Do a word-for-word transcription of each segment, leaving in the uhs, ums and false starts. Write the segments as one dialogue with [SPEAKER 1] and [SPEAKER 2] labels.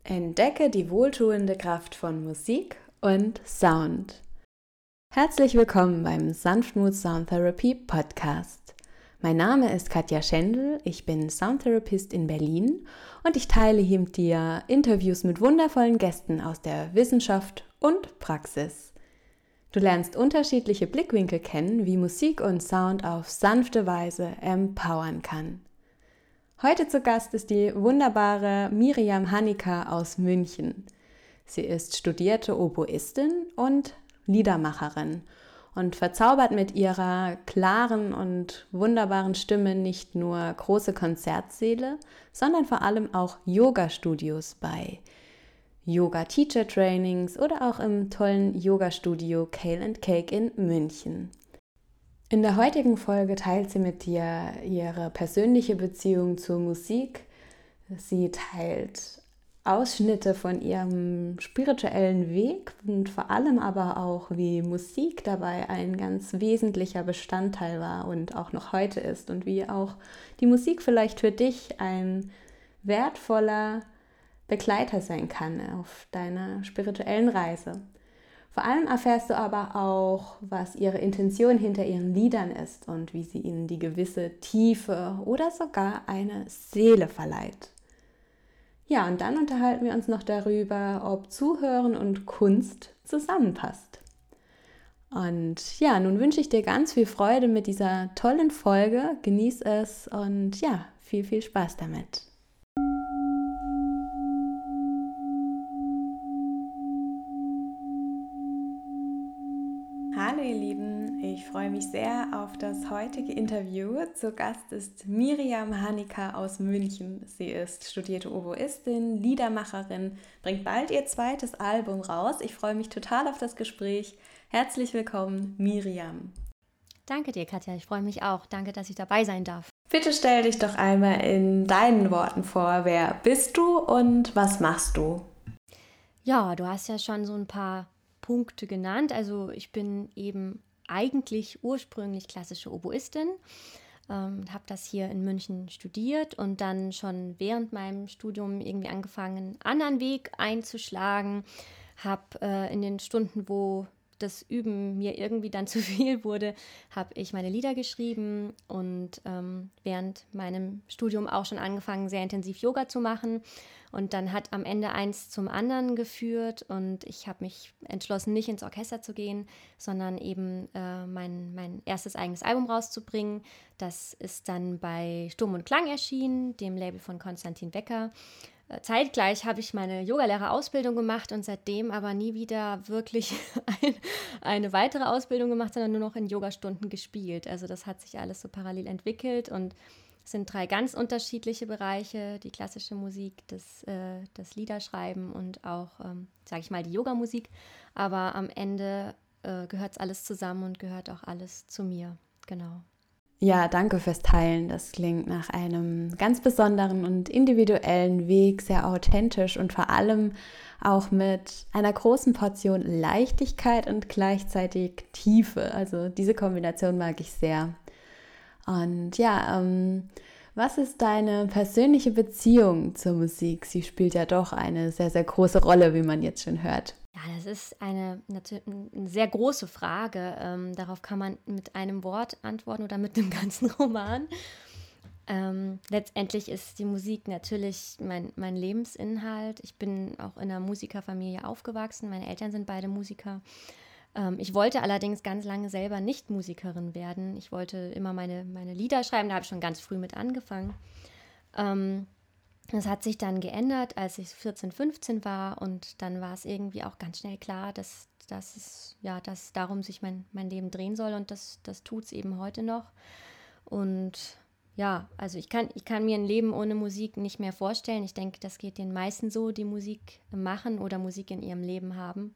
[SPEAKER 1] Entdecke die wohltuende Kraft von Musik und Sound. Herzlich willkommen beim Sanftmut Sound Therapy Podcast. Mein Name ist Katja Schendl, ich bin Soundtherapist in Berlin und ich teile hier mit dir Interviews mit wundervollen Gästen aus der Wissenschaft und Praxis. Du lernst unterschiedliche Blickwinkel kennen, wie Musik und Sound auf sanfte Weise empowern kann. Heute zu Gast ist die wunderbare Miriam Hanika aus München. Sie ist studierte Oboistin und Liedermacherin und verzaubert mit ihrer klaren und wunderbaren Stimme nicht nur große Konzertsäle, sondern vor allem auch Yoga-Studios bei Yoga-Teacher-Trainings oder auch im tollen Yoga-Studio Kale and Cake in München. In der heutigen Folge teilt sie mit dir ihre persönliche Beziehung zur Musik. Sie teilt Ausschnitte von ihrem spirituellen Weg und vor allem aber auch, wie Musik dabei ein ganz wesentlicher Bestandteil war und auch noch heute ist und wie auch die Musik vielleicht für dich ein wertvoller Begleiter sein kann auf deiner spirituellen Reise. Vor allem erfährst du aber auch, was ihre Intention hinter ihren Liedern ist und wie sie ihnen die gewisse Tiefe oder sogar eine Seele verleiht. Ja, und dann unterhalten wir uns noch darüber, ob Zuhören und Kunst zusammenpasst. Und ja, nun wünsche ich dir ganz viel Freude mit dieser tollen Folge. Genieß es und ja, viel, viel Spaß damit. Hallo ihr Lieben, ich freue mich sehr auf das heutige Interview. Zu Gast ist Miriam Hanika aus München. Sie ist studierte Oboistin, Liedermacherin, bringt bald ihr zweites Album raus. Ich freue mich total auf das Gespräch. Herzlich willkommen, Miriam.
[SPEAKER 2] Danke dir, Katja. Ich freue mich auch. Danke, dass ich dabei sein darf.
[SPEAKER 1] Bitte stell dich doch einmal in deinen Worten vor. Wer bist du und was machst du?
[SPEAKER 2] Ja, du hast ja schon so ein paar Punkte genannt. Also ich bin eben eigentlich ursprünglich klassische Oboistin, ähm, habe das hier in München studiert und dann schon während meinem Studium irgendwie angefangen, einen anderen Weg einzuschlagen, habe äh, in den Stunden, wo das Üben mir irgendwie dann zu viel wurde, habe ich meine Lieder geschrieben und ähm, während meinem Studium auch schon angefangen, sehr intensiv Yoga zu machen. Und dann hat am Ende eins zum anderen geführt und ich habe mich entschlossen, nicht ins Orchester zu gehen, sondern eben äh, mein, mein erstes eigenes Album rauszubringen. Das ist dann bei Sturm und Klang erschienen, dem Label von Konstantin Wecker. Zeitgleich habe ich meine Yogalehrerausbildung gemacht und seitdem aber nie wieder wirklich ein, eine weitere Ausbildung gemacht, sondern nur noch in Yogastunden gespielt. Also das hat sich alles so parallel entwickelt und es sind drei ganz unterschiedliche Bereiche, die klassische Musik, das, äh, das Liederschreiben und auch, ähm, sage ich mal, die Yogamusik. Aber am Ende äh, gehört es alles zusammen und gehört auch alles zu mir, genau.
[SPEAKER 1] Ja, danke fürs Teilen. Das klingt nach einem ganz besonderen und individuellen Weg, sehr authentisch und vor allem auch mit einer großen Portion Leichtigkeit und gleichzeitig Tiefe. Also diese Kombination mag ich sehr. Und ja, ähm, was ist deine persönliche Beziehung zur Musik? Sie spielt ja doch eine sehr, sehr große Rolle, wie man jetzt schon hört.
[SPEAKER 2] Ja, das ist eine, eine sehr große Frage. Ähm, darauf kann man mit einem Wort antworten oder mit einem ganzen Roman. Ähm, letztendlich ist die Musik natürlich mein, mein Lebensinhalt. Ich bin auch in einer Musikerfamilie aufgewachsen. Meine Eltern sind beide Musiker. Ähm, ich wollte allerdings ganz lange selber nicht Musikerin werden. Ich wollte immer meine, meine Lieder schreiben. Da habe ich schon ganz früh mit angefangen. Ähm, Das hat sich dann geändert, als ich vierzehn, fünfzehn war und dann war es irgendwie auch ganz schnell klar, dass, dass es, ja, dass darum sich mein, mein Leben drehen soll und das, das tut es eben heute noch. Und ja, also ich kann, ich kann mir ein Leben ohne Musik nicht mehr vorstellen. Ich denke, das geht den meisten so, die Musik machen oder Musik in ihrem Leben haben.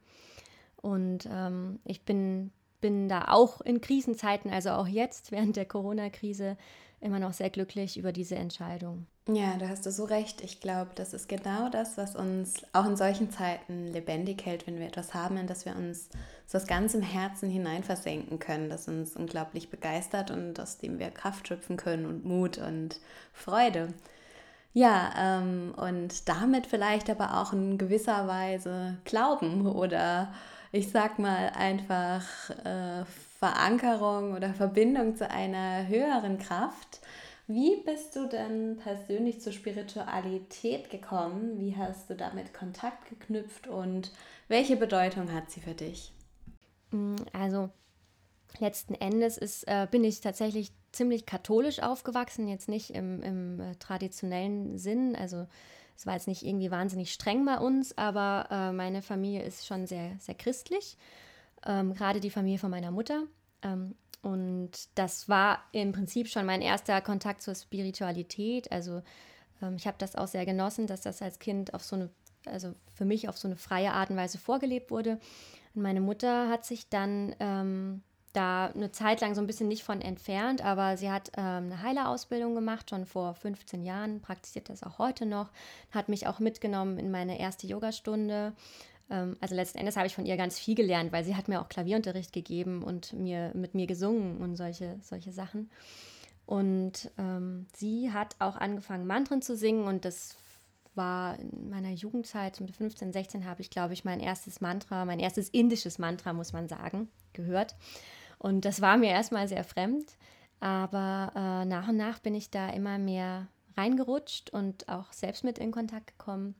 [SPEAKER 2] Und ähm, ich bin, bin da auch in Krisenzeiten, also auch jetzt während der Corona-Krise, immer noch sehr glücklich über diese Entscheidung.
[SPEAKER 1] Ja, da hast du so recht. Ich glaube, das ist genau das, was uns auch in solchen Zeiten lebendig hält, wenn wir etwas haben, in das wir uns so aus ganzem Herzen hinein versenken können, das uns unglaublich begeistert und aus dem wir Kraft schöpfen können und Mut und Freude. Ja, ähm, und damit vielleicht aber auch in gewisser Weise Glauben oder ich sag mal einfach äh, Verankerung oder Verbindung zu einer höheren Kraft. Wie bist du denn persönlich zur Spiritualität gekommen? Wie hast du damit Kontakt geknüpft und welche Bedeutung hat sie für dich?
[SPEAKER 2] Mm, Also letzten Endes ist, äh, bin ich tatsächlich ziemlich katholisch aufgewachsen, jetzt nicht im, im äh, traditionellen Sinn. Also es war jetzt nicht irgendwie wahnsinnig streng bei uns, aber äh, meine Familie ist schon sehr, sehr christlich, ähm, gerade die Familie von meiner Mutter. Ähm, und das war im Prinzip schon mein erster Kontakt zur Spiritualität. Also ähm, ich habe das auch sehr genossen, dass das als Kind auf so eine, also für mich auf so eine freie Art und Weise vorgelebt wurde. Und meine Mutter hat sich dann ähm, da eine Zeit lang so ein bisschen nicht von entfernt, aber sie hat ähm, eine Heilerausbildung gemacht, schon vor fünfzehn Jahren, praktiziert das auch heute noch, hat mich auch mitgenommen in meine erste Yogastunde. Ähm, also letzten Endes habe ich von ihr ganz viel gelernt, weil sie hat mir auch Klavierunterricht gegeben und mir, mit mir gesungen und solche, solche Sachen. Und ähm, sie hat auch angefangen, Mantren zu singen und das war in meiner Jugendzeit, mit fünfzehn, sechzehn habe ich, glaube ich, mein erstes Mantra, mein erstes indisches Mantra, muss man sagen, gehört. Und das war mir erstmal sehr fremd, aber äh, nach und nach bin ich da immer mehr reingerutscht und auch selbst mit in Kontakt gekommen.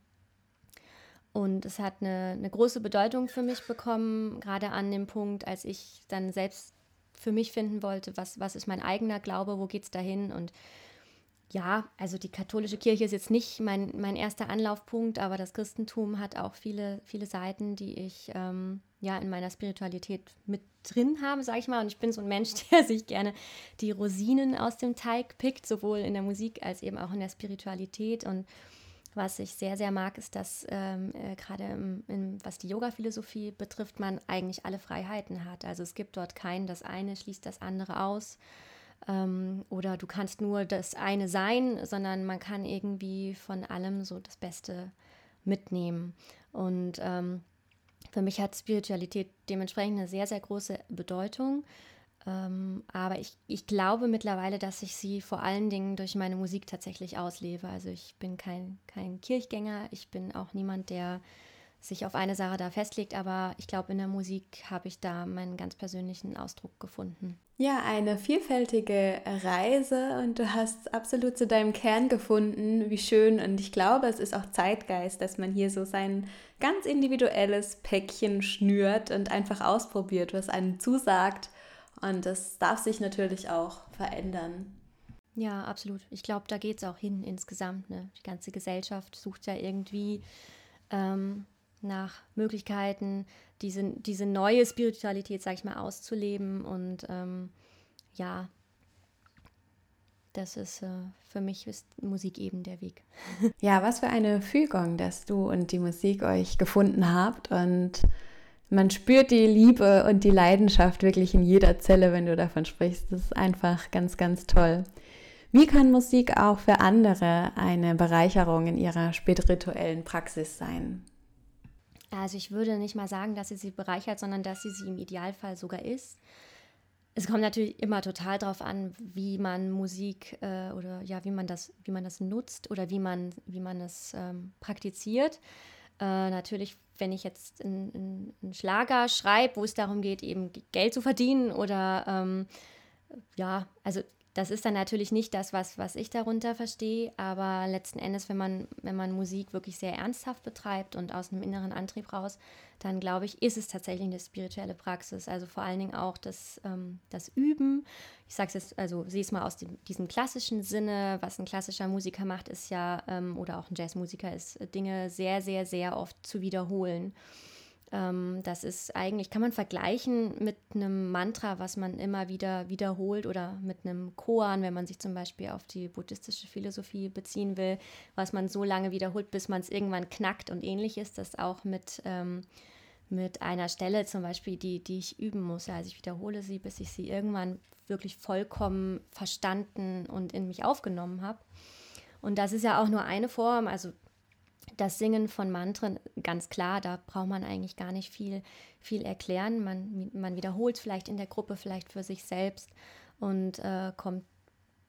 [SPEAKER 2] Und es hat eine, eine große Bedeutung für mich bekommen, gerade an dem Punkt, als ich dann selbst für mich finden wollte, was, was ist mein eigener Glaube, wo geht es dahin. Und ja, also die katholische Kirche ist jetzt nicht mein, mein erster Anlaufpunkt, aber das Christentum hat auch viele, viele Seiten, die ich ähm, ja in meiner Spiritualität mit drin habe, sage ich mal. Und ich bin so ein Mensch, der sich gerne die Rosinen aus dem Teig pickt, sowohl in der Musik als eben auch in der Spiritualität. Und was ich sehr, sehr mag, ist, dass ähm, äh, gerade im, im, was die Yoga-Philosophie betrifft, man eigentlich alle Freiheiten hat. Also es gibt dort kein, das eine schließt das andere aus ähm, oder du kannst nur das eine sein, sondern man kann irgendwie von allem so das Beste mitnehmen. Und ähm, für mich hat Spiritualität dementsprechend eine sehr, sehr große Bedeutung. Ähm, aber ich, ich glaube mittlerweile, dass ich sie vor allen Dingen durch meine Musik tatsächlich auslebe. Also ich bin kein, kein Kirchgänger, ich bin auch niemand, der sich auf eine Sache da festlegt, aber ich glaube, in der Musik habe ich da meinen ganz persönlichen Ausdruck gefunden.
[SPEAKER 1] Ja, eine vielfältige Reise und du hast absolut zu deinem Kern gefunden. Wie schön. Und ich glaube, es ist auch Zeitgeist, dass man hier so sein ganz individuelles Päckchen schnürt und einfach ausprobiert, was einem zusagt. Und das darf sich natürlich auch verändern.
[SPEAKER 2] Ja, absolut. Ich glaube, da geht es auch hin insgesamt. Ne? Die ganze Gesellschaft sucht ja irgendwie ähm, nach Möglichkeiten, diese, diese neue Spiritualität, sag ich mal, auszuleben. Und ähm, ja, das ist äh, für mich ist Musik eben der Weg.
[SPEAKER 1] Ja, was für eine Fügung, dass du und die Musik euch gefunden habt und man spürt die Liebe und die Leidenschaft wirklich in jeder Zelle, wenn du davon sprichst. Das ist einfach ganz, ganz toll. Wie kann Musik auch für andere eine Bereicherung in ihrer spirituellen Praxis sein?
[SPEAKER 2] Also ich würde nicht mal sagen, dass sie sie bereichert, sondern dass sie sie im Idealfall sogar ist. Es kommt natürlich immer total darauf an, wie man Musik äh, oder ja, wie man das, wie man das nutzt oder wie man, wie man es ähm, praktiziert. Äh, natürlich, wenn ich jetzt einen Schlager schreibe, wo es darum geht, eben Geld zu verdienen oder ähm, ja, also das ist dann natürlich nicht das, was, was ich darunter verstehe, aber letzten Endes, wenn man, wenn man Musik wirklich sehr ernsthaft betreibt und aus einem inneren Antrieb raus, dann glaube ich, ist es tatsächlich eine spirituelle Praxis. Also vor allen Dingen auch das, ähm, das Üben. Ich sage es jetzt, also sehe es mal aus dem, diesem klassischen Sinne, was ein klassischer Musiker macht, ist ja, ähm, oder auch ein Jazzmusiker, ist Dinge sehr, sehr, sehr oft zu wiederholen. Ähm, das ist eigentlich, kann man vergleichen mit einem Mantra, was man immer wieder wiederholt oder mit einem Koan, wenn man sich zum Beispiel auf die buddhistische Philosophie beziehen will, was man so lange wiederholt, bis man es irgendwann knackt und ähnlich ist das auch mit, ähm, mit einer Stelle zum Beispiel, die, die ich üben muss. Also ich wiederhole sie, bis ich sie irgendwann wirklich vollkommen verstanden und in mich aufgenommen habe. Und das ist ja auch nur eine Form, also das Singen von Mantren, ganz klar, da braucht man eigentlich gar nicht viel, viel erklären. Man, man wiederholt es vielleicht in der Gruppe, vielleicht für sich selbst und äh, kommt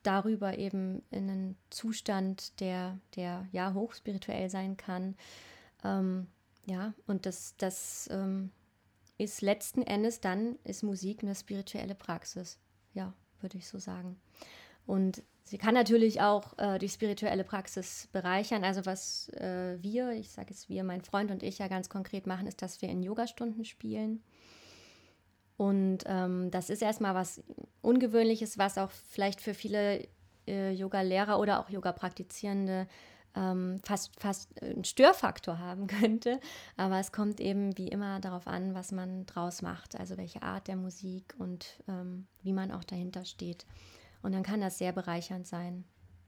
[SPEAKER 2] darüber eben in einen Zustand, der, der ja hochspirituell sein kann. Ähm, ja, und das, das ähm, ist letzten Endes dann, ist Musik eine spirituelle Praxis. Ja, würde ich so sagen. Und sie kann natürlich auch äh, die spirituelle Praxis bereichern. Also was äh, wir, ich sage jetzt wir, mein Freund und ich ja ganz konkret machen, ist, dass wir in Yogastunden spielen. Und ähm, das ist erstmal was Ungewöhnliches, was auch vielleicht für viele äh, Yoga-Lehrer oder auch Yoga-Praktizierende ähm, fast, fast einen Störfaktor haben könnte. Aber es kommt eben wie immer darauf an, was man draus macht, also welche Art der Musik und ähm, wie man auch dahinter steht. Und dann kann das sehr bereichernd sein.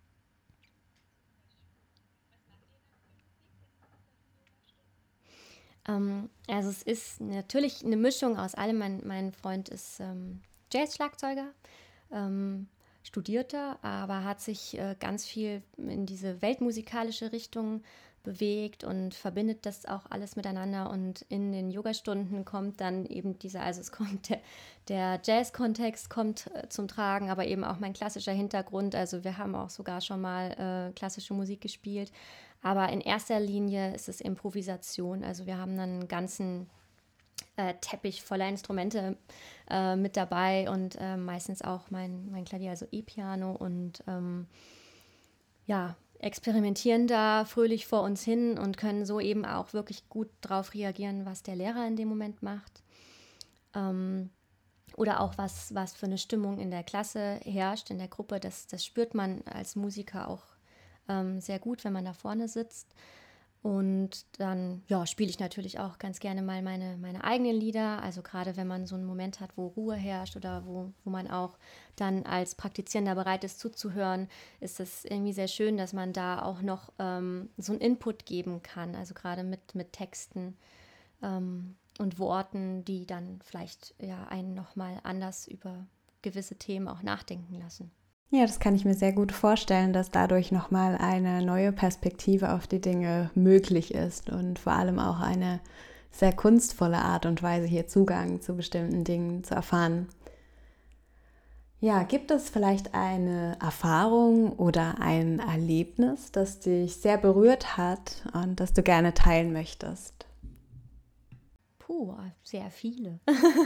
[SPEAKER 2] Ähm, also es ist natürlich eine Mischung aus allem. Mein, mein Freund ist ähm, Jazz-Schlagzeuger, ähm, studierter, aber hat sich äh, ganz viel in diese weltmusikalische Richtung bewegt und verbindet das auch alles miteinander. Und in den Yogastunden kommt dann eben dieser, also es kommt der, der Jazz-Kontext kommt äh, zum Tragen, aber eben auch mein klassischer Hintergrund. Also wir haben auch sogar schon mal äh, klassische Musik gespielt. Aber in erster Linie ist es Improvisation. Also wir haben dann einen ganzen äh, Teppich voller Instrumente äh, mit dabei und äh, meistens auch mein, mein Klavier, also E-Piano und ähm, ja, experimentieren da fröhlich vor uns hin und können so eben auch wirklich gut drauf reagieren, was der Lehrer in dem Moment macht. Ähm, oder auch was, was für eine Stimmung in der Klasse herrscht, in der Gruppe. Das, das spürt man als Musiker auch ähm, sehr gut, wenn man da vorne sitzt. Und dann ja, spiele ich natürlich auch ganz gerne mal meine, meine eigenen Lieder. Also gerade wenn man so einen Moment hat, wo Ruhe herrscht oder wo, wo man auch dann als Praktizierender bereit ist zuzuhören, ist es irgendwie sehr schön, dass man da auch noch ähm, so einen Input geben kann. Also gerade mit, mit Texten ähm, und Worten, die dann vielleicht ja, einen nochmal anders über gewisse Themen auch nachdenken lassen.
[SPEAKER 1] Ja, das kann ich mir sehr gut vorstellen, dass dadurch nochmal eine neue Perspektive auf die Dinge möglich ist und vor allem auch eine sehr kunstvolle Art und Weise, hier Zugang zu bestimmten Dingen zu erfahren. Ja, gibt es vielleicht eine Erfahrung oder ein Erlebnis, das dich sehr berührt hat und das du gerne teilen möchtest?
[SPEAKER 2] Puh, sehr viele.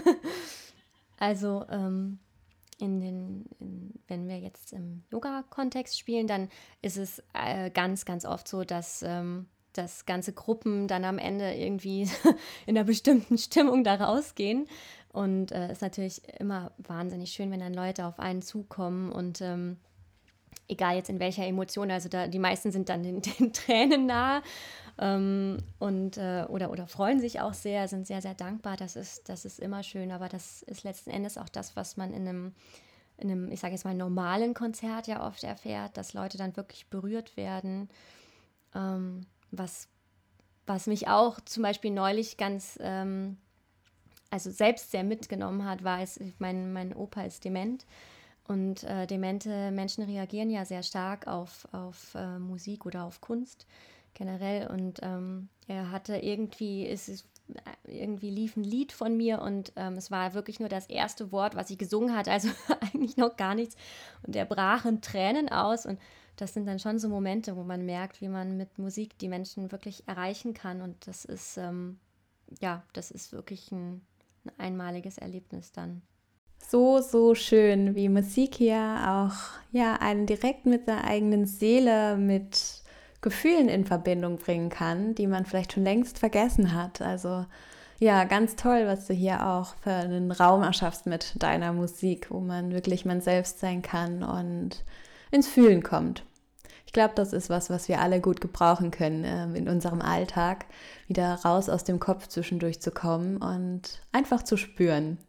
[SPEAKER 2] also, ähm, In den, in, wenn wir jetzt im Yoga-Kontext spielen, dann ist es äh, ganz, ganz oft so, dass, ähm, dass ganze Gruppen dann am Ende irgendwie in einer bestimmten Stimmung da rausgehen. Und es äh, ist natürlich immer wahnsinnig schön, wenn dann Leute auf einen zukommen und ähm, egal jetzt in welcher Emotion, also da, die meisten sind dann den, den Tränen nahe ähm, und, äh, oder, oder freuen sich auch sehr, sind sehr, sehr dankbar. Das ist, das ist immer schön, aber das ist letzten Endes auch das, was man in einem, in einem, ich sage jetzt mal, normalen Konzert ja oft erfährt, dass Leute dann wirklich berührt werden. Ähm, was, was mich auch zum Beispiel neulich ganz, ähm, also selbst sehr mitgenommen hat, war es, mein, mein Opa ist dement. Und äh, demente Menschen reagieren ja sehr stark auf, auf äh, Musik oder auf Kunst generell. Und ähm, er hatte irgendwie, es ist, irgendwie lief ein Lied von mir und ähm, es war wirklich nur das erste Wort, was ich gesungen hatte, also eigentlich noch gar nichts. Und er brach in Tränen aus. Und das sind dann schon so Momente, wo man merkt, wie man mit Musik die Menschen wirklich erreichen kann. Und das ist, ähm, ja, das ist wirklich ein, ein einmaliges Erlebnis dann.
[SPEAKER 1] So, so schön, wie Musik hier auch ja, einen direkt mit der eigenen Seele, mit Gefühlen in Verbindung bringen kann, die man vielleicht schon längst vergessen hat. Also ja, ganz toll, was du hier auch für einen Raum erschaffst mit deiner Musik, wo man wirklich man selbst sein kann und ins Fühlen kommt. Ich glaube, das ist was, was wir alle gut gebrauchen können äh, in unserem Alltag, wieder raus aus dem Kopf zwischendurch zu kommen und einfach zu spüren.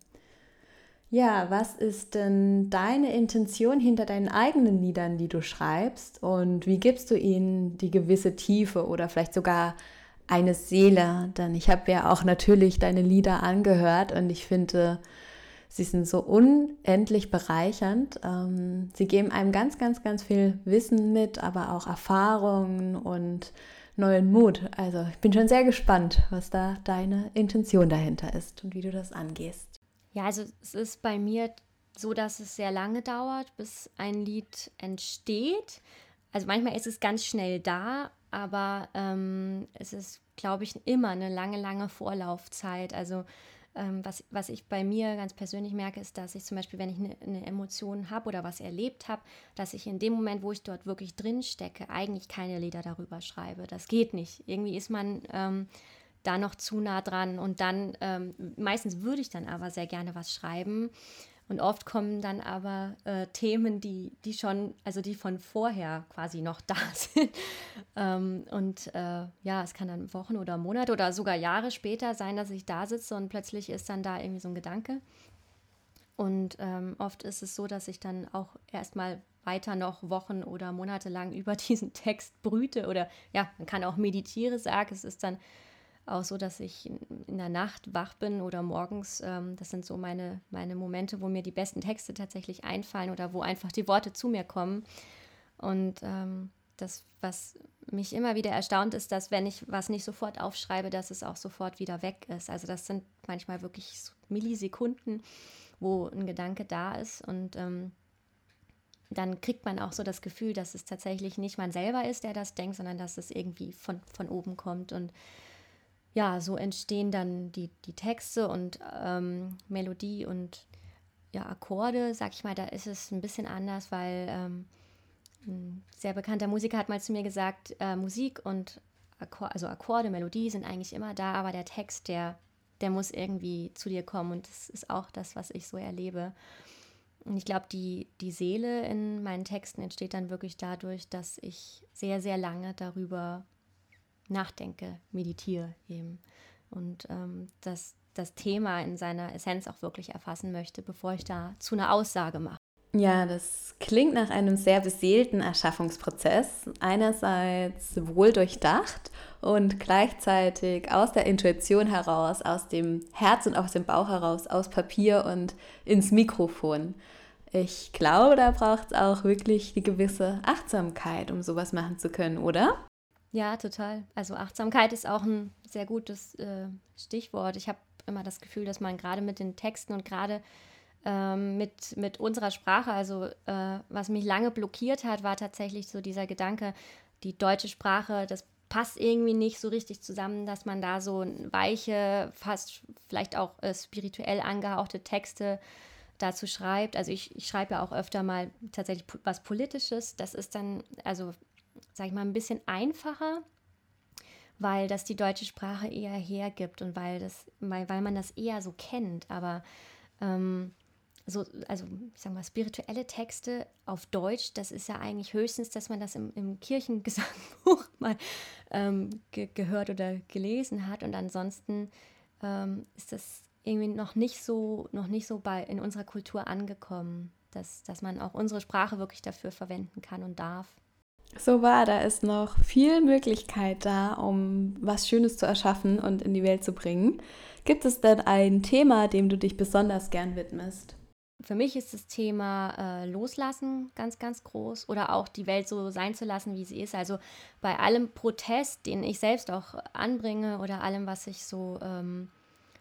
[SPEAKER 1] Ja, was ist denn deine Intention hinter deinen eigenen Liedern, die du schreibst? Und wie gibst du ihnen die gewisse Tiefe oder vielleicht sogar eine Seele? Denn ich habe ja auch natürlich deine Lieder angehört und ich finde, sie sind so unendlich bereichernd. Sie geben einem ganz, ganz, ganz viel Wissen mit, aber auch Erfahrungen und neuen Mut. Also ich bin schon sehr gespannt, was da deine Intention dahinter ist und wie du das angehst.
[SPEAKER 2] Ja, also es ist bei mir so, dass es sehr lange dauert, bis ein Lied entsteht. Also manchmal ist es ganz schnell da, aber ähm, es ist, glaube ich, immer eine lange, lange Vorlaufzeit. Also ähm, was, was ich bei mir ganz persönlich merke, ist, dass ich zum Beispiel, wenn ich eine, eine Emotion habe oder was erlebt habe, dass ich in dem Moment, wo ich dort wirklich drin stecke, eigentlich keine Lieder darüber schreibe. Das geht nicht. Irgendwie ist man ähm, da noch zu nah dran und dann, ähm, meistens würde ich dann aber sehr gerne was schreiben. Und oft kommen dann aber äh, Themen, die, die schon, also die von vorher quasi noch da sind. ähm, und äh, ja, es kann dann Wochen oder Monate oder sogar Jahre später sein, dass ich da sitze und plötzlich ist dann da irgendwie so ein Gedanke. Und ähm, oft ist es so, dass ich dann auch erstmal weiter noch Wochen oder Monate lang über diesen Text brüte oder ja, man kann auch meditiere sagen. Es ist dann auch so, dass ich in, in der Nacht wach bin oder morgens. Ähm, das sind so meine, meine Momente, wo mir die besten Texte tatsächlich einfallen oder wo einfach die Worte zu mir kommen. Und ähm, das, was mich immer wieder erstaunt, ist, dass wenn ich was nicht sofort aufschreibe, dass es auch sofort wieder weg ist. Also das sind manchmal wirklich so Millisekunden, wo ein Gedanke da ist und ähm, dann kriegt man auch so das Gefühl, dass es tatsächlich nicht man selber ist, der das denkt, sondern dass es irgendwie von, von oben kommt. Und ja, so entstehen dann die, die Texte und ähm, Melodie und ja, Akkorde, sag ich mal, da ist es ein bisschen anders, weil ähm, ein sehr bekannter Musiker hat mal zu mir gesagt, äh, Musik und Akkorde, also Akkorde, Melodie sind eigentlich immer da, aber der Text, der, der muss irgendwie zu dir kommen und das ist auch das, was ich so erlebe. Und ich glaube, die, die Seele in meinen Texten entsteht dann wirklich dadurch, dass ich sehr, sehr lange darüber nachdenke, meditiere eben und ähm, das, das Thema in seiner Essenz auch wirklich erfassen möchte, bevor ich da zu einer Aussage mache.
[SPEAKER 1] Ja, das klingt nach einem sehr beseelten Erschaffungsprozess. Einerseits wohl durchdacht und gleichzeitig aus der Intuition heraus, aus dem Herz und aus dem Bauch heraus, aus Papier und ins Mikrofon. Ich glaube, da braucht es auch wirklich die gewisse Achtsamkeit, um sowas machen zu können, oder?
[SPEAKER 2] Ja, total. Also Achtsamkeit ist auch ein sehr gutes äh, Stichwort. Ich habe immer das Gefühl, dass man gerade mit den Texten und gerade ähm, mit, mit unserer Sprache, also äh, was mich lange blockiert hat, war tatsächlich so dieser Gedanke, die deutsche Sprache, das passt irgendwie nicht so richtig zusammen, dass man da so weiche, fast vielleicht auch äh, spirituell angehauchte Texte dazu schreibt. Also ich, ich schreibe ja auch öfter mal tatsächlich was Politisches. Das ist dann, also sag ich mal, ein bisschen einfacher, weil das die deutsche Sprache eher hergibt und weil, das, weil, weil man das eher so kennt. Aber ähm, so, also ich sag mal, spirituelle Texte auf Deutsch, das ist ja eigentlich höchstens, dass man das im, im Kirchengesangbuch mal ähm, ge- gehört oder gelesen hat. Und ansonsten ähm, ist das irgendwie noch nicht so, noch nicht so bei, in unserer Kultur angekommen, dass, dass man auch unsere Sprache wirklich dafür verwenden kann und darf.
[SPEAKER 1] So war, da ist noch viel Möglichkeit da, um was Schönes zu erschaffen und in die Welt zu bringen. Gibt es denn ein Thema, dem du dich besonders gern widmest?
[SPEAKER 2] Für mich ist das Thema äh, Loslassen ganz, ganz groß oder auch die Welt so sein zu lassen, wie sie ist. Also bei allem Protest, den ich selbst auch anbringe oder allem, was ich so, ähm,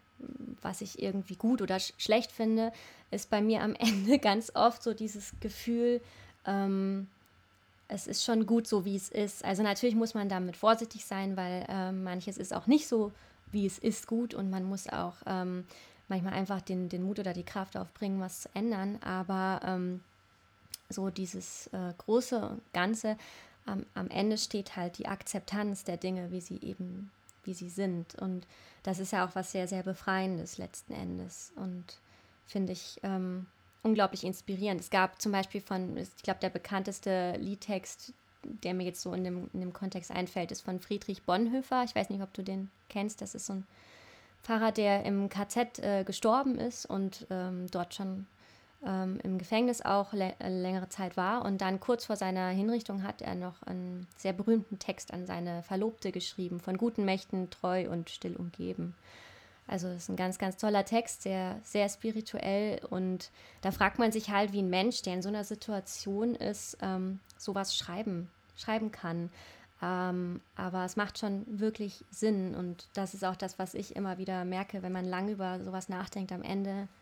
[SPEAKER 2] was ich irgendwie gut oder sch- schlecht finde, ist bei mir am Ende ganz oft so dieses Gefühl, ähm, es ist schon gut so, wie es ist. Also natürlich muss man damit vorsichtig sein, weil ähm, manches ist auch nicht so, wie es ist, gut und man muss auch ähm, manchmal einfach den, den Mut oder die Kraft aufbringen, was zu ändern. Aber ähm, so dieses äh, große Ganze, ähm, am Ende steht halt die Akzeptanz der Dinge, wie sie eben, wie sie sind. Und das ist ja auch was sehr, sehr Befreiendes letzten Endes. Und finde ich ähm, unglaublich inspirierend. Es gab zum Beispiel von, ich glaube, der bekannteste Liedtext, der mir jetzt so in dem, in dem Kontext einfällt, ist von Friedrich Bonhoeffer. Ich weiß nicht, ob du den kennst. Das ist so ein Pfarrer, der im K Z äh, gestorben ist und ähm, dort schon ähm, im Gefängnis auch lä- längere Zeit war. Und dann kurz vor seiner Hinrichtung hat er noch einen sehr berühmten Text an seine Verlobte geschrieben, von guten Mächten treu und still umgeben. Also das ist ein ganz, ganz toller Text, sehr, sehr spirituell und da fragt man sich halt, wie ein Mensch, der in so einer Situation ist, ähm, sowas schreiben, schreiben kann. Ähm, aber es macht schon wirklich Sinn und das ist auch das, was ich immer wieder merke, wenn man lange über sowas nachdenkt. Am Ende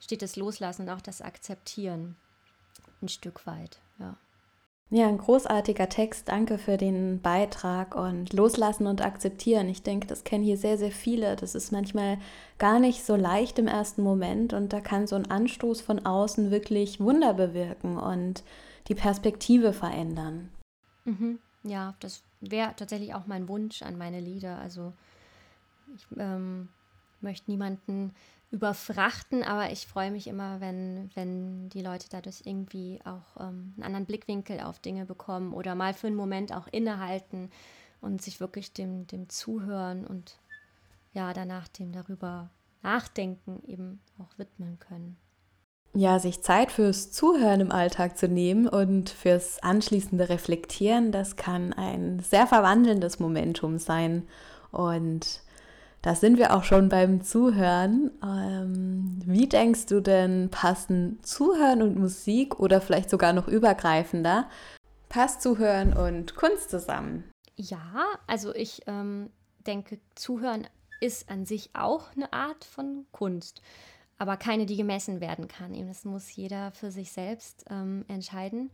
[SPEAKER 2] steht das Loslassen und auch das Akzeptieren ein Stück weit, ja.
[SPEAKER 1] Ja, ein großartiger Text. Danke für den Beitrag und Loslassen und Akzeptieren. Ich denke, das kennen hier sehr, sehr viele. Das ist manchmal gar nicht so leicht im ersten Moment und da kann so ein Anstoß von außen wirklich Wunder bewirken und die Perspektive verändern.
[SPEAKER 2] Mhm. Ja, das wäre tatsächlich auch mein Wunsch an meine Lieder. Also ich ähm, möchte niemanden überfrachten, aber ich freue mich immer, wenn, wenn die Leute dadurch irgendwie auch ähm, einen anderen Blickwinkel auf Dinge bekommen oder mal für einen Moment auch innehalten und sich wirklich dem, dem Zuhören und ja, danach dem darüber nachdenken eben auch widmen können.
[SPEAKER 1] Ja, sich Zeit fürs Zuhören im Alltag zu nehmen und fürs anschließende Reflektieren, das kann ein sehr verwandelndes Momentum sein. Und da sind wir auch schon beim Zuhören. Ähm, wie denkst du denn, passen Zuhören und Musik oder vielleicht sogar noch übergreifender, passt Zuhören und Kunst zusammen?
[SPEAKER 2] Ja, also ich ähm, denke, Zuhören ist an sich auch eine Art von Kunst, aber keine, die gemessen werden kann. Eben, das muss jeder für sich selbst ähm, entscheiden,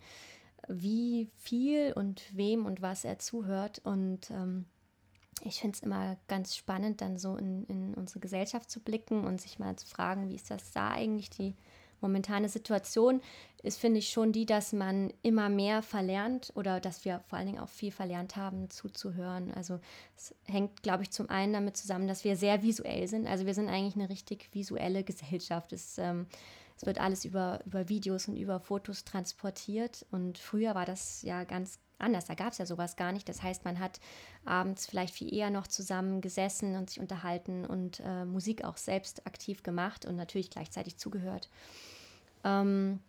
[SPEAKER 2] wie viel und wem und was er zuhört. Und ähm, ich finde es immer ganz spannend, dann so in, in unsere Gesellschaft zu blicken und sich mal zu fragen, wie ist das da eigentlich? Die momentane Situation ist, finde ich, schon die, dass man immer mehr verlernt oder dass wir vor allen Dingen auch viel verlernt haben, zuzuhören. Also es hängt, glaube ich, zum einen damit zusammen, dass wir sehr visuell sind. Also wir sind eigentlich eine richtig visuelle Gesellschaft. Es, ähm, es wird alles über, über Videos und über Fotos transportiert und früher war das ja ganz anders. Da gab es ja sowas gar nicht. Das heißt, man hat abends vielleicht viel eher noch zusammen gesessen und sich unterhalten und äh, Musik auch selbst aktiv gemacht und natürlich gleichzeitig zugehört. Ähm,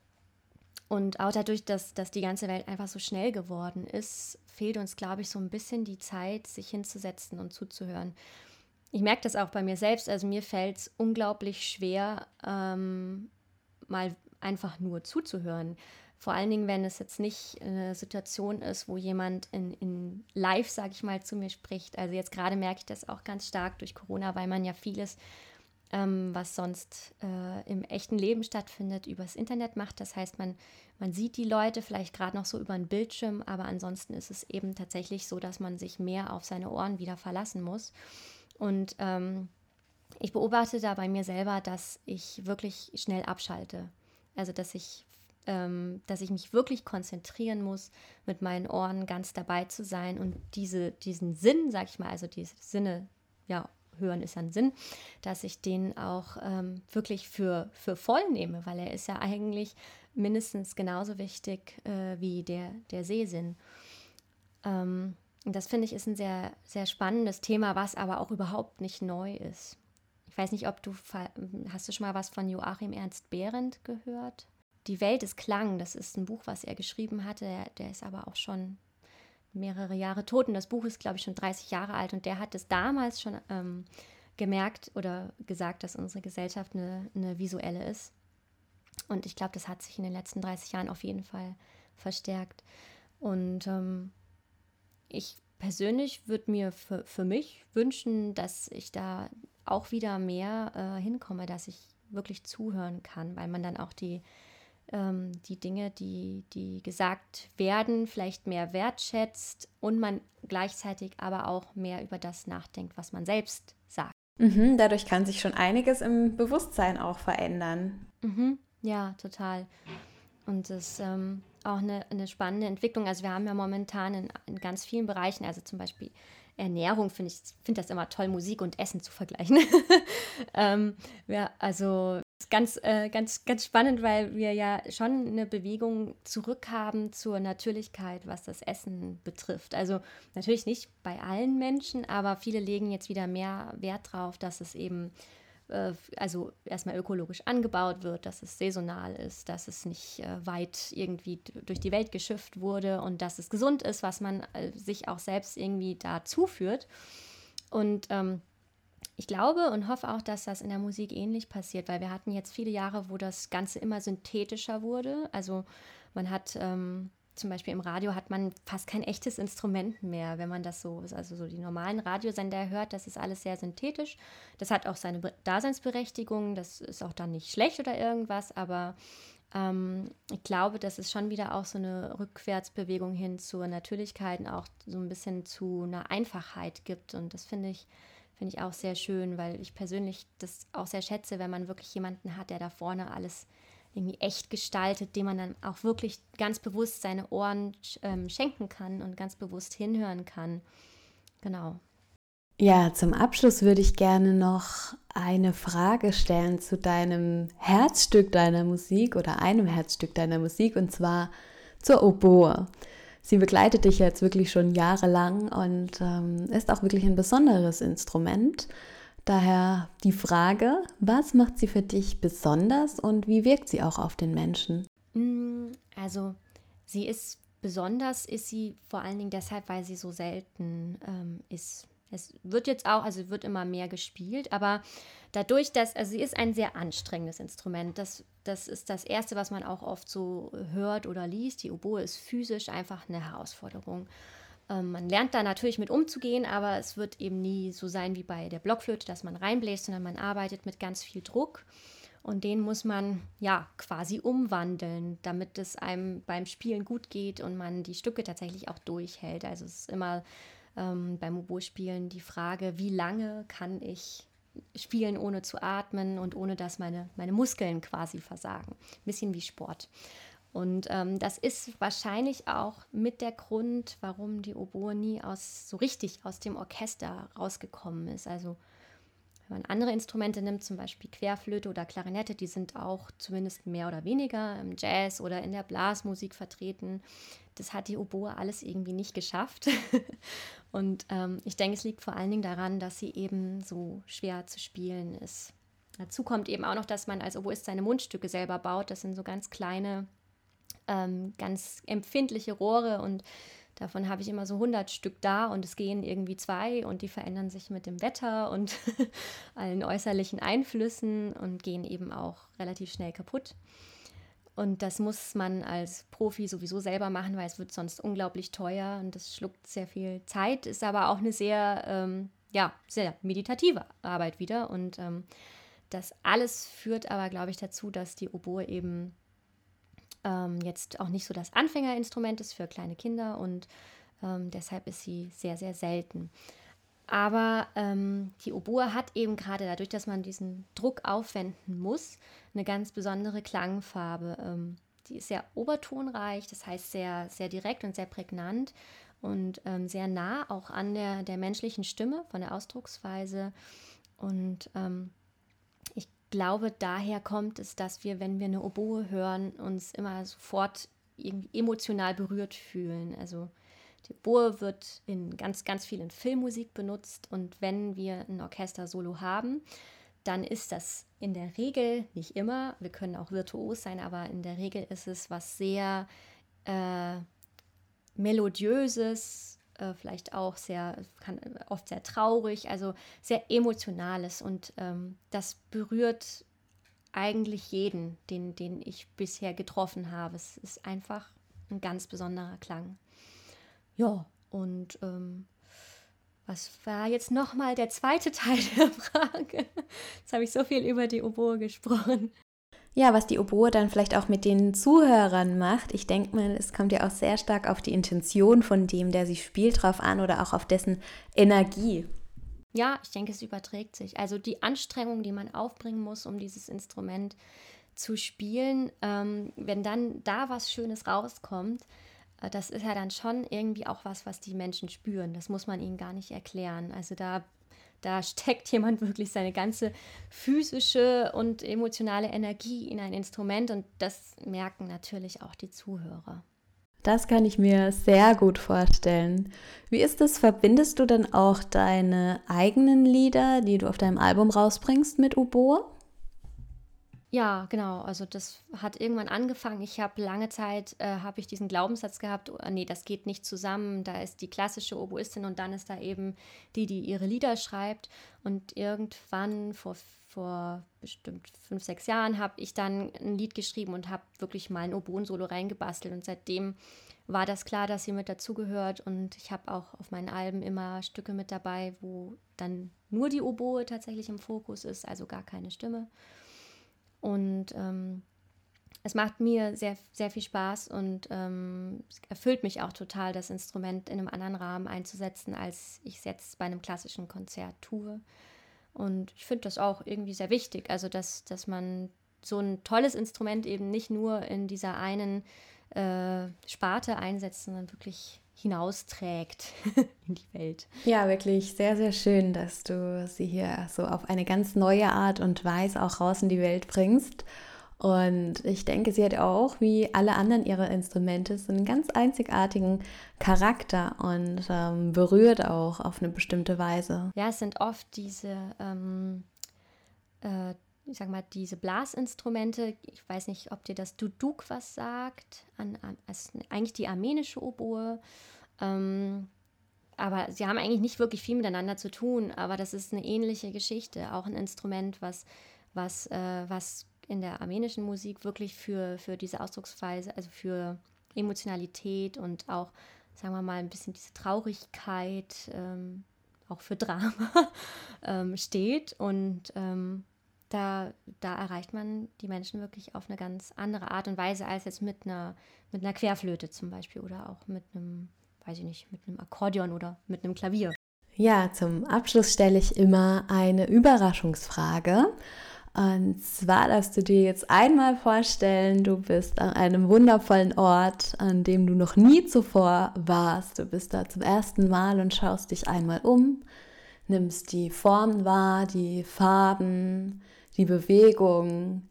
[SPEAKER 2] und auch dadurch, dass, dass die ganze Welt einfach so schnell geworden ist, fehlt uns, glaube ich, so ein bisschen die Zeit, sich hinzusetzen und zuzuhören. Ich merke das auch bei mir selbst. Also mir fällt es unglaublich schwer, ähm, mal einfach nur zuzuhören. Vor allen Dingen, wenn es jetzt nicht eine Situation ist, wo jemand in, in live, sage ich mal, zu mir spricht. Also jetzt gerade merke ich das auch ganz stark durch Corona, weil man ja vieles, ähm, was sonst äh, im echten Leben stattfindet, übers Internet macht. Das heißt, man, man sieht die Leute vielleicht gerade noch so über einen Bildschirm, aber ansonsten ist es eben tatsächlich so, dass man sich mehr auf seine Ohren wieder verlassen muss. Und ähm, ich beobachte da bei mir selber, dass ich wirklich schnell abschalte. Also dass ich ähm, dass ich mich wirklich konzentrieren muss, mit meinen Ohren ganz dabei zu sein und diese, diesen Sinn, sag ich mal, also diese Sinne, ja, hören ist ein Sinn, dass ich den auch ähm, wirklich für, für voll nehme, weil er ist ja eigentlich mindestens genauso wichtig äh, wie der, der Sehsinn. Ähm, und das finde ich ist ein sehr, sehr spannendes Thema, was aber auch überhaupt nicht neu ist. Ich weiß nicht, ob du, hast du schon mal was von Joachim Ernst Behrendt gehört? Die Welt ist Klang, das ist ein Buch, was er geschrieben hatte, der, der ist aber auch schon mehrere Jahre tot und das Buch ist, glaube ich, schon dreißig Jahre alt und der hat es damals schon ähm, gemerkt oder gesagt, dass unsere Gesellschaft eine, eine visuelle ist. Und ich glaube, das hat sich in den letzten dreißig Jahren auf jeden Fall verstärkt. Und ähm, ich persönlich würde mir für, für mich wünschen, dass ich da auch wieder mehr äh, hinkomme, dass ich wirklich zuhören kann, weil man dann auch die die Dinge, die, die gesagt werden, vielleicht mehr wertschätzt und man gleichzeitig aber auch mehr über das nachdenkt, was man selbst sagt.
[SPEAKER 1] Mhm, dadurch kann sich schon einiges im Bewusstsein auch verändern.
[SPEAKER 2] Mhm, ja, total. Und das ist ähm, auch eine, eine spannende Entwicklung. Also wir haben ja momentan in, in ganz vielen Bereichen, also zum Beispiel Ernährung, finde ich finde das immer toll, Musik und Essen zu vergleichen. ähm, ja, also ist ganz, äh, ganz, ganz spannend, weil wir ja schon eine Bewegung zurückhaben zur Natürlichkeit, was das Essen betrifft. Also natürlich nicht bei allen Menschen, aber viele legen jetzt wieder mehr Wert drauf, dass es eben äh, also erstmal ökologisch angebaut wird, dass es saisonal ist, dass es nicht äh, weit irgendwie d- durch die Welt geschifft wurde und dass es gesund ist, was man äh, sich auch selbst irgendwie da zuführt. Und ähm, ich glaube und hoffe auch, dass das in der Musik ähnlich passiert, weil wir hatten jetzt viele Jahre, wo das Ganze immer synthetischer wurde. Also man hat ähm, zum Beispiel im Radio hat man fast kein echtes Instrument mehr, wenn man das so, also so die normalen Radiosender hört, das ist alles sehr synthetisch. Das hat auch seine Daseinsberechtigung, das ist auch dann nicht schlecht oder irgendwas, aber ähm, ich glaube, dass es schon wieder auch so eine Rückwärtsbewegung hin zur Natürlichkeit und auch so ein bisschen zu einer Einfachheit gibt, und das finde ich, finde ich auch sehr schön, weil ich persönlich das auch sehr schätze, wenn man wirklich jemanden hat, der da vorne alles irgendwie echt gestaltet, dem man dann auch wirklich ganz bewusst seine Ohren ähm, schenken kann und ganz bewusst hinhören kann. Genau.
[SPEAKER 1] Ja, zum Abschluss würde ich gerne noch eine Frage stellen zu deinem Herzstück deiner Musik oder einem Herzstück deiner Musik, und zwar zur Oboe. Sie begleitet dich jetzt wirklich schon jahrelang und ähm, ist auch wirklich ein besonderes Instrument. Daher die Frage, was macht sie für dich besonders und wie wirkt sie auch auf den Menschen?
[SPEAKER 2] Also sie ist besonders, ist sie vor allen Dingen deshalb, weil sie so selten ähm, ist. Es wird jetzt auch, also wird immer mehr gespielt, aber dadurch, dass, also sie ist ein sehr anstrengendes Instrument. Das, das ist das Erste, was man auch oft so hört oder liest. Die Oboe ist physisch einfach eine Herausforderung. Man lernt da natürlich mit umzugehen, aber es wird eben nie so sein wie bei der Blockflöte, dass man reinbläst, sondern man arbeitet mit ganz viel Druck, und den muss man ja quasi umwandeln, damit es einem beim Spielen gut geht und man die Stücke tatsächlich auch durchhält. Also es ist immer ähm, beim Oboe-Spielen die Frage, wie lange kann ich spielen, ohne zu atmen und ohne dass meine, meine Muskeln quasi versagen. Ein bisschen wie Sport. Und ähm, das ist wahrscheinlich auch mit der Grund, warum die Oboe nie aus, so richtig aus dem Orchester rausgekommen ist. Also wenn man andere Instrumente nimmt, zum Beispiel Querflöte oder Klarinette, die sind auch zumindest mehr oder weniger im Jazz oder in der Blasmusik vertreten. Das hat die Oboe alles irgendwie nicht geschafft. Und ähm, ich denke, es liegt vor allen Dingen daran, dass sie eben so schwer zu spielen ist. Dazu kommt eben auch noch, dass man als Oboist seine Mundstücke selber baut. Das sind so ganz kleine, Ähm, ganz empfindliche Rohre, und davon habe ich immer so hundert Stück da, und es gehen irgendwie zwei und die verändern sich mit dem Wetter und allen äußerlichen Einflüssen und gehen eben auch relativ schnell kaputt. Und das muss man als Profi sowieso selber machen, weil es wird sonst unglaublich teuer und das schluckt sehr viel Zeit, ist aber auch eine sehr, ähm, ja, sehr meditative Arbeit wieder, und ähm, das alles führt aber, glaube ich, dazu, dass die Oboe eben Ähm, jetzt auch nicht so das Anfängerinstrument ist für kleine Kinder, und ähm, deshalb ist sie sehr, sehr selten. Aber ähm, die Oboe hat eben gerade dadurch, dass man diesen Druck aufwenden muss, eine ganz besondere Klangfarbe. Ähm, die ist sehr obertonreich, das heißt sehr, sehr direkt und sehr prägnant und ähm, sehr nah auch an der, der menschlichen Stimme von der Ausdrucksweise. Und ähm, ich glaube, daher kommt es, dass wir, wenn wir eine Oboe hören, uns immer sofort irgendwie emotional berührt fühlen. Also die Oboe wird in ganz, ganz vielen Filmmusik benutzt, und wenn wir ein Orchester-Solo haben, dann ist das in der Regel, nicht immer, wir können auch virtuos sein, aber in der Regel ist es was sehr äh, Melodiöses, äh, vielleicht auch sehr, kann, oft sehr traurig, also sehr Emotionales, und ähm, das berührt eigentlich jeden, den, den ich bisher getroffen habe. Es ist einfach ein ganz besonderer Klang. Ja, und ähm, was war jetzt nochmal der zweite Teil der Frage? Jetzt habe ich so viel über die Oboe gesprochen.
[SPEAKER 1] Ja, was die Oboe dann vielleicht auch mit den Zuhörern macht. Ich denke mal, es kommt ja auch sehr stark auf die Intention von dem, der sie spielt, drauf an, oder auch auf dessen Energie.
[SPEAKER 2] Ja, ich denke, es überträgt sich. Also die Anstrengung, die man aufbringen muss, um dieses Instrument zu spielen, ähm, wenn dann da was Schönes rauskommt, äh, das ist ja dann schon irgendwie auch was, was die Menschen spüren. Das muss man ihnen gar nicht erklären. Also da Da steckt jemand wirklich seine ganze physische und emotionale Energie in ein Instrument, und das merken natürlich auch die Zuhörer.
[SPEAKER 1] Das kann ich mir sehr gut vorstellen. Wie ist es, verbindest du dann auch deine eigenen Lieder, die du auf deinem Album rausbringst, mit Oboe?
[SPEAKER 2] Ja, genau. Also das hat irgendwann angefangen. Ich habe lange Zeit, äh, habe ich diesen Glaubenssatz gehabt, oh, nee, das geht nicht zusammen. Da ist die klassische Oboistin und dann ist da eben die, die ihre Lieder schreibt. Und irgendwann vor, vor bestimmt fünf, sechs Jahren habe ich dann ein Lied geschrieben und habe wirklich mal ein Oboen-Solo reingebastelt. Und seitdem war das klar, dass sie mit dazugehört. Und ich habe auch auf meinen Alben immer Stücke mit dabei, wo dann nur die Oboe tatsächlich im Fokus ist, also gar keine Stimme. Und ähm, es macht mir sehr, sehr viel Spaß und ähm, es erfüllt mich auch total, das Instrument in einem anderen Rahmen einzusetzen, als ich es jetzt bei einem klassischen Konzert tue. Und ich finde das auch irgendwie sehr wichtig, also dass, dass man so ein tolles Instrument eben nicht nur in dieser einen äh, Sparte einsetzt, sondern wirklich hinausträgt in die Welt.
[SPEAKER 1] Ja, wirklich sehr, sehr schön, dass du sie hier so auf eine ganz neue Art und Weise auch raus in die Welt bringst. Und ich denke, sie hat auch, wie alle anderen ihrer Instrumente, so einen ganz einzigartigen Charakter und ähm, berührt auch auf eine bestimmte Weise.
[SPEAKER 2] Ja, es sind oft diese, ähm, äh, ich sag mal, diese Blasinstrumente. Ich weiß nicht, ob dir das Duduk was sagt. An, an, also eigentlich die armenische Oboe. Ähm, aber sie haben eigentlich nicht wirklich viel miteinander zu tun. Aber das ist eine ähnliche Geschichte. Auch ein Instrument, was, was, äh, was in der armenischen Musik wirklich für, für diese Ausdrucksweise, also für Emotionalität und auch, sagen wir mal, ein bisschen diese Traurigkeit, ähm, auch für Drama ähm, steht. Und ähm, da, da erreicht man die Menschen wirklich auf eine ganz andere Art und Weise als jetzt mit einer, mit einer Querflöte zum Beispiel oder auch mit einem, weiß ich nicht, mit einem Akkordeon oder mit einem Klavier.
[SPEAKER 1] Ja, zum Abschluss stelle ich immer eine Überraschungsfrage. Und zwar darfst du dir jetzt einmal vorstellen, du bist an einem wundervollen Ort, an dem du noch nie zuvor warst. Du bist da zum ersten Mal und schaust dich einmal um, nimmst die Formen wahr, die Farben, die Bewegung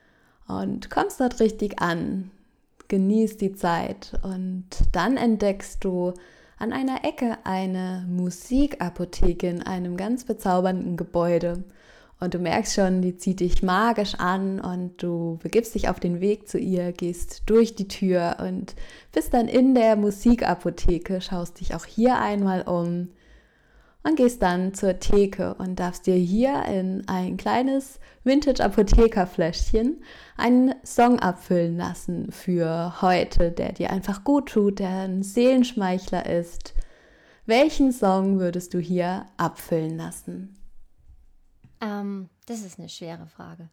[SPEAKER 1] und kommst dort richtig an. Genießt die Zeit und dann entdeckst du an einer Ecke eine Musikapotheke in einem ganz bezaubernden Gebäude. Und du merkst schon, die zieht dich magisch an und du begibst dich auf den Weg zu ihr, gehst durch die Tür und bist dann in der Musikapotheke, schaust dich auch hier einmal um und gehst dann zur Theke und darfst dir hier in ein kleines Vintage-Apothekerfläschchen einen Song abfüllen lassen für heute, der dir einfach gut tut, der ein Seelenschmeichler ist. Welchen Song würdest du hier abfüllen lassen?
[SPEAKER 2] Ähm, das ist eine schwere Frage.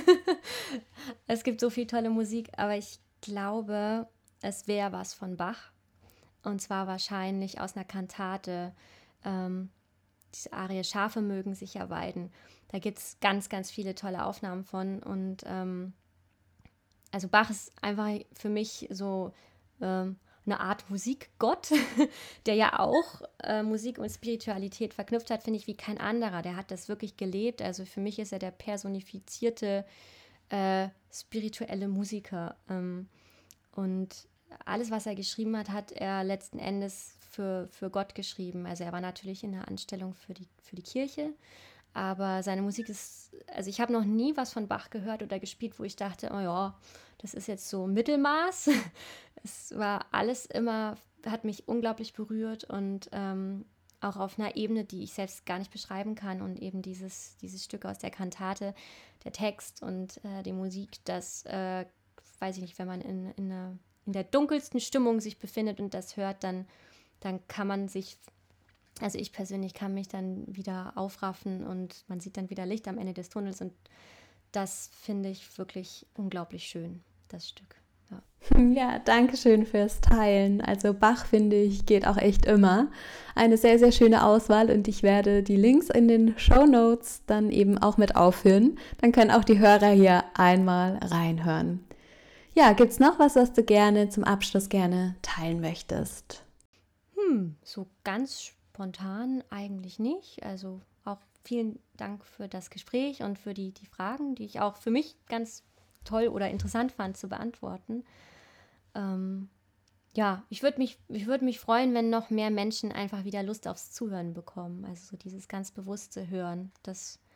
[SPEAKER 2] Es gibt so viel tolle Musik, aber ich glaube, es wäre was von Bach. Und zwar wahrscheinlich aus einer Kantate. Ähm, diese Arie Schafe mögen sich ja weiden. Da gibt es ganz, ganz viele tolle Aufnahmen von. Und ähm, also Bach ist einfach für mich so ähm, eine Art Musikgott, der ja auch äh, Musik und Spiritualität verknüpft hat, finde ich, wie kein anderer. Der hat das wirklich gelebt. Also für mich ist er der personifizierte äh, spirituelle Musiker. Ähm, und alles, was er geschrieben hat, hat er letzten Endes für, für Gott geschrieben. Also er war natürlich in der Anstellung für die, für die Kirche, aber seine Musik ist, also ich habe noch nie was von Bach gehört oder gespielt, wo ich dachte, oh ja, das ist jetzt so Mittelmaß. Es war alles immer, hat mich unglaublich berührt und ähm, auch auf einer Ebene, die ich selbst gar nicht beschreiben kann. Und eben dieses, dieses Stück aus der Kantate, der Text und äh, die Musik, das äh, weiß ich nicht, wenn man in, in, einer, in der dunkelsten Stimmung sich befindet und das hört, dann, dann kann man sich, also ich persönlich kann mich dann wieder aufraffen und man sieht dann wieder Licht am Ende des Tunnels und das finde ich wirklich unglaublich schön, das Stück. Ja.
[SPEAKER 1] Ja, danke schön fürs Teilen. Also Bach, finde ich, geht auch echt immer. Eine sehr, sehr schöne Auswahl und ich werde die Links in den Shownotes dann eben auch mit aufführen. Dann können auch die Hörer hier einmal reinhören. Ja, gibt es noch was, was du gerne zum Abschluss gerne teilen möchtest?
[SPEAKER 2] Hm, so ganz spontan eigentlich nicht. Also auch vielen Dank für das Gespräch und für die, die Fragen, die ich auch für mich ganz toll oder interessant fand zu beantworten. Ähm, ja, ich würde mich, ich würd mich freuen, wenn noch mehr Menschen einfach wieder Lust aufs Zuhören bekommen. Also so dieses ganz bewusste Hören. Das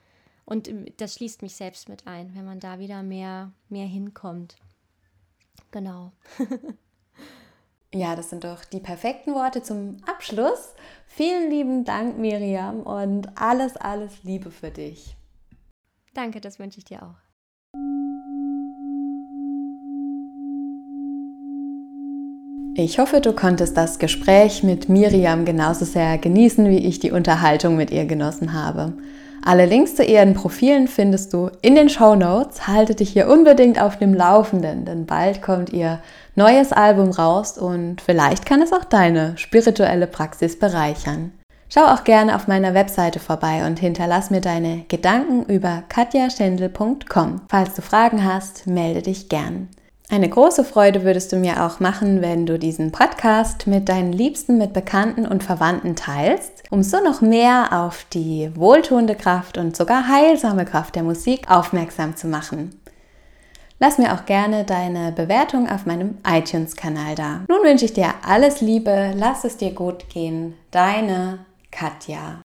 [SPEAKER 2] Und das schließt mich selbst mit ein, wenn man da wieder mehr, mehr hinkommt. Genau.
[SPEAKER 1] Ja, das sind doch die perfekten Worte zum Abschluss. Vielen lieben Dank, Miriam, und alles, alles Liebe für dich.
[SPEAKER 2] Danke, das wünsche ich dir auch.
[SPEAKER 1] Ich hoffe, du konntest das Gespräch mit Miriam genauso sehr genießen, wie ich die Unterhaltung mit ihr genossen habe. Alle Links zu ihren Profilen findest du in den Shownotes. Halte dich hier unbedingt auf dem Laufenden, denn bald kommt ihr neues Album raus und vielleicht kann es auch deine spirituelle Praxis bereichern. Schau auch gerne auf meiner Webseite vorbei und hinterlass mir deine Gedanken über katja schendl punkt com. Falls du Fragen hast, melde dich gern. Eine große Freude würdest du mir auch machen, wenn du diesen Podcast mit deinen Liebsten, mit Bekannten und Verwandten teilst, um so noch mehr auf die wohltuende Kraft und sogar heilsame Kraft der Musik aufmerksam zu machen. Lass mir auch gerne deine Bewertung auf meinem iTunes-Kanal da. Nun wünsche ich dir alles Liebe, lass es dir gut gehen. Deine Katja.